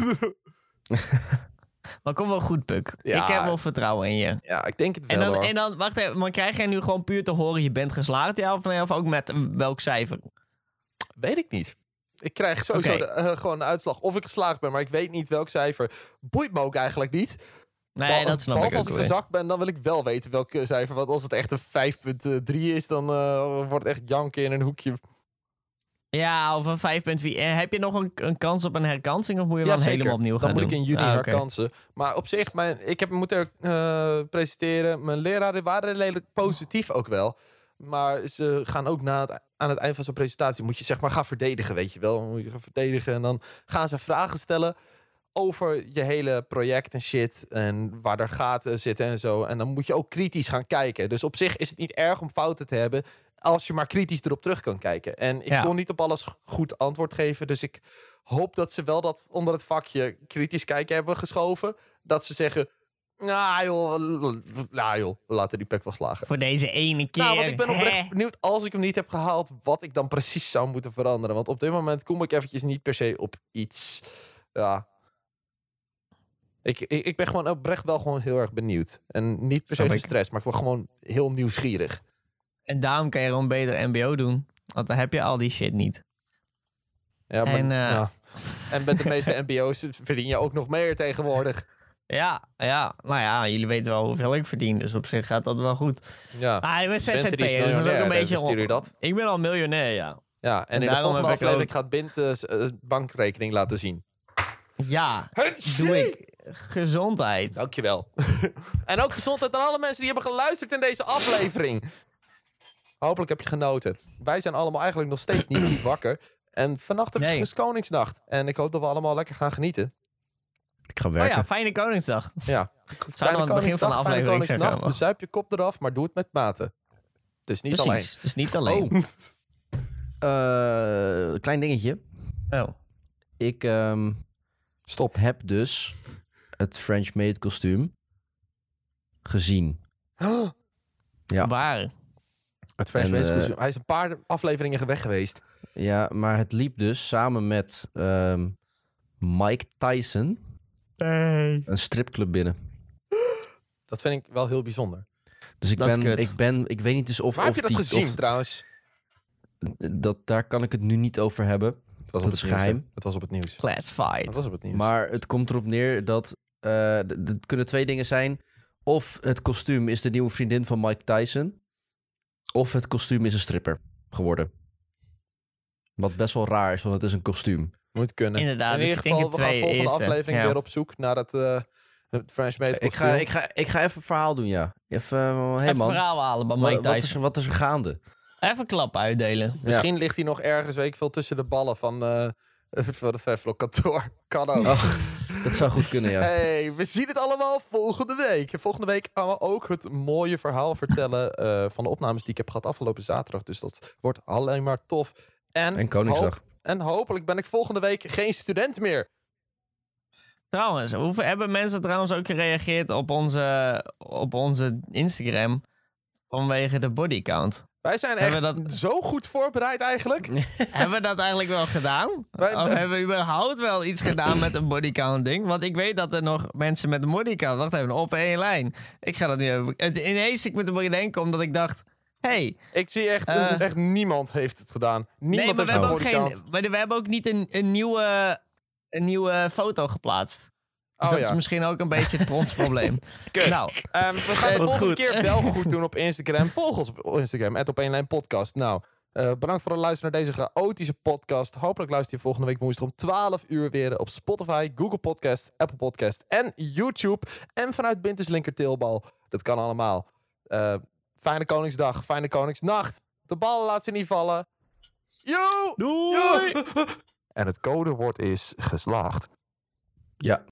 Maar kom wel goed, Puk. Ja. Ik heb wel vertrouwen in je. Ja, ik denk het wel, En dan, hoor. en dan, wacht even, maar krijg jij nu gewoon puur te horen je bent geslaagd, ja of nee? Of ook met eh, welk cijfer? Weet ik niet. Ik krijg sowieso Oké. de, eh, gewoon de uitslag of ik geslaagd ben, maar ik weet niet welk cijfer. Boeit me ook eigenlijk niet. Nee, Behal- dat snap ik behalve ook als ik weer. gezakt ben, dan wil ik wel weten welk eh, cijfer. Want als het echt een vijf komma drie is, dan eh, wordt het echt janken in een hoekje. Ja, of een vijf punt vier. En heb je nog een, een kans op een herkansing of moet je Ja, dan zeker. helemaal opnieuw gaan Dan moet doen? ik in juni Ah, oké. herkansen. Maar op zich, mijn, ik heb moeten eh, presenteren. Mijn leraren waren redelijk positief ook wel. Maar ze gaan ook na het, aan het eind van zo'n presentatie... moet je zeg maar gaan verdedigen, weet je wel. Dan moet je gaan verdedigen en dan gaan ze vragen stellen... over je hele project en shit. En waar er gaten zitten en zo. En dan moet je ook kritisch gaan kijken. Dus op zich is het niet erg om fouten te hebben... als je maar kritisch erop terug kan kijken. En ik Ja. kon niet op alles goed antwoord geven. Dus ik hoop dat ze wel dat onder het vakje kritisch kijken hebben geschoven. Dat ze zeggen... Nou joh, nou joh, we laten die pek wel slagen. Voor deze ene keer. Nou, want ik ben oprecht hè? benieuwd als ik hem niet heb gehaald... wat ik dan precies zou moeten veranderen. Want op dit moment kom ik eventjes niet per se op iets... Ja, Ik, ik, ik ben gewoon oprecht wel gewoon heel erg benieuwd. En niet per se Snap ik. gestrest, maar ik ben gewoon heel nieuwsgierig. En daarom kan je gewoon beter M B O doen. Want dan heb je al die shit niet. Ja, maar, En, eh, ja. en met de meeste M B O's verdien je ook nog meer tegenwoordig. Ja, ja, nou ja, jullie weten wel hoeveel ik verdien. Dus op zich gaat dat wel goed. Ja. Ah, ik ben Z Z Bent er iets P'er, dus dat is ook miljonair, een beetje... dus stuur je dat? Ik ben al miljonair, ja. Ja, en, En in de daarom volgende heb ik aflevering ook- gaat Bint uh, s- uh, bankrekening laten zien. Ja, doe ik. Gezondheid. Dankjewel. En ook gezondheid aan alle mensen die hebben geluisterd in deze aflevering. Hopelijk heb je genoten. Wij zijn allemaal eigenlijk nog steeds niet goed wakker. En vannacht Nee. is Koningsnacht. En ik hoop dat we allemaal lekker gaan genieten. Ik ga Oh werken. ja, fijne Koningsdag. Ja. Zou aan het begin van de aflevering zeggen. Koningsnacht. Bezuip je kop eraf, maar doe het met mate. Dus niet alleen. Precies, dus niet alleen. Oh. Eh, klein dingetje. Oh. Ik ehm, Stop. heb dus het French Maid kostuum gezien. Ja. Waar? Het French En, Maid eh, kostuum. Hij is een paar afleveringen weg geweest. Ja, maar het liep dus samen met ehm, Mike Tyson Nee. een stripclub binnen. Dat vind ik wel heel bijzonder. Dus ik Dat is ben, kut. ik ben, ik weet niet dus of Waar of heb je dat die, gezien of- trouwens? dat daar kan ik het nu niet over hebben. Het was Dat op is het nieuws, geheim. hè? Het was op het nieuws. Het Classified. was op het nieuws. Maar het komt erop neer dat eh, d- d- het kunnen twee dingen zijn. Of het kostuum is de nieuwe vriendin van Mike Tyson, of het kostuum is een stripper geworden. Wat best wel raar is, want het is een kostuum. Moet kunnen. Inderdaad, In dus ieder ik denk geval, het we gaan twee volgende eerste. aflevering Ja. weer op zoek naar het, uh, het French Maid Ik ga, ik, ga, ik ga even een verhaal doen, ja. Even, uh, hey Even man, verhaal halen bij wa- Mike wat, is, Tyson. er- wat is er gaande? Even een klap uitdelen. Misschien ligt hij nog ergens, weet ik veel, tussen de ballen van, uh, van het Veflo kantoor. Kan ook. Ach, dat zou goed kunnen, ja. Hey, we zien het allemaal volgende week. En volgende week gaan we ook het mooie verhaal vertellen uh, van de opnames die ik heb gehad afgelopen zaterdag. Dus dat wordt alleen maar tof. En, En Koningsdag. hoop- en hopelijk ben ik volgende week geen student meer. Trouwens, hoeveel hebben mensen trouwens ook gereageerd op onze, op onze Instagram vanwege de bodycount? Wij zijn echt Hebben we dat- zo goed voorbereid eigenlijk. Hebben we dat eigenlijk wel gedaan? Wij- Of hebben we überhaupt wel iets gedaan met een bodycount ding? Want ik weet dat er nog mensen met een bodycount... Wacht even, op één lijn. Ik ga dat nu even... Het, ineens ik moet er bedenken omdat ik dacht... Hey, Ik zie echt, Eh. echt niemand heeft het gedaan. Niemand nee, maar we heeft hebben, een ook bodycount. geen, maar we hebben ook niet een, een, nieuwe, een nieuwe foto geplaatst. Dus Oh, dat ja. is misschien ook een beetje het bronsprobleem. Kut. Nou, Ehm, we gaan Eh, de volgende goed. keer wel goed doen op Instagram. Volg ons op Instagram, at op één lijn podcast. Nou, eh, bedankt voor het luisteren naar deze chaotische podcast. Hopelijk luister je volgende week woensdag om twaalf uur weer op Spotify, Google Podcast, Apple Podcast en YouTube. En vanuit Binters linkerteelbal. Dat kan allemaal. Eh, fijne Koningsdag, fijne Koningsnacht. De ballen laat ze niet vallen. Yo! doei! En het codewoord is geslaagd. Ja.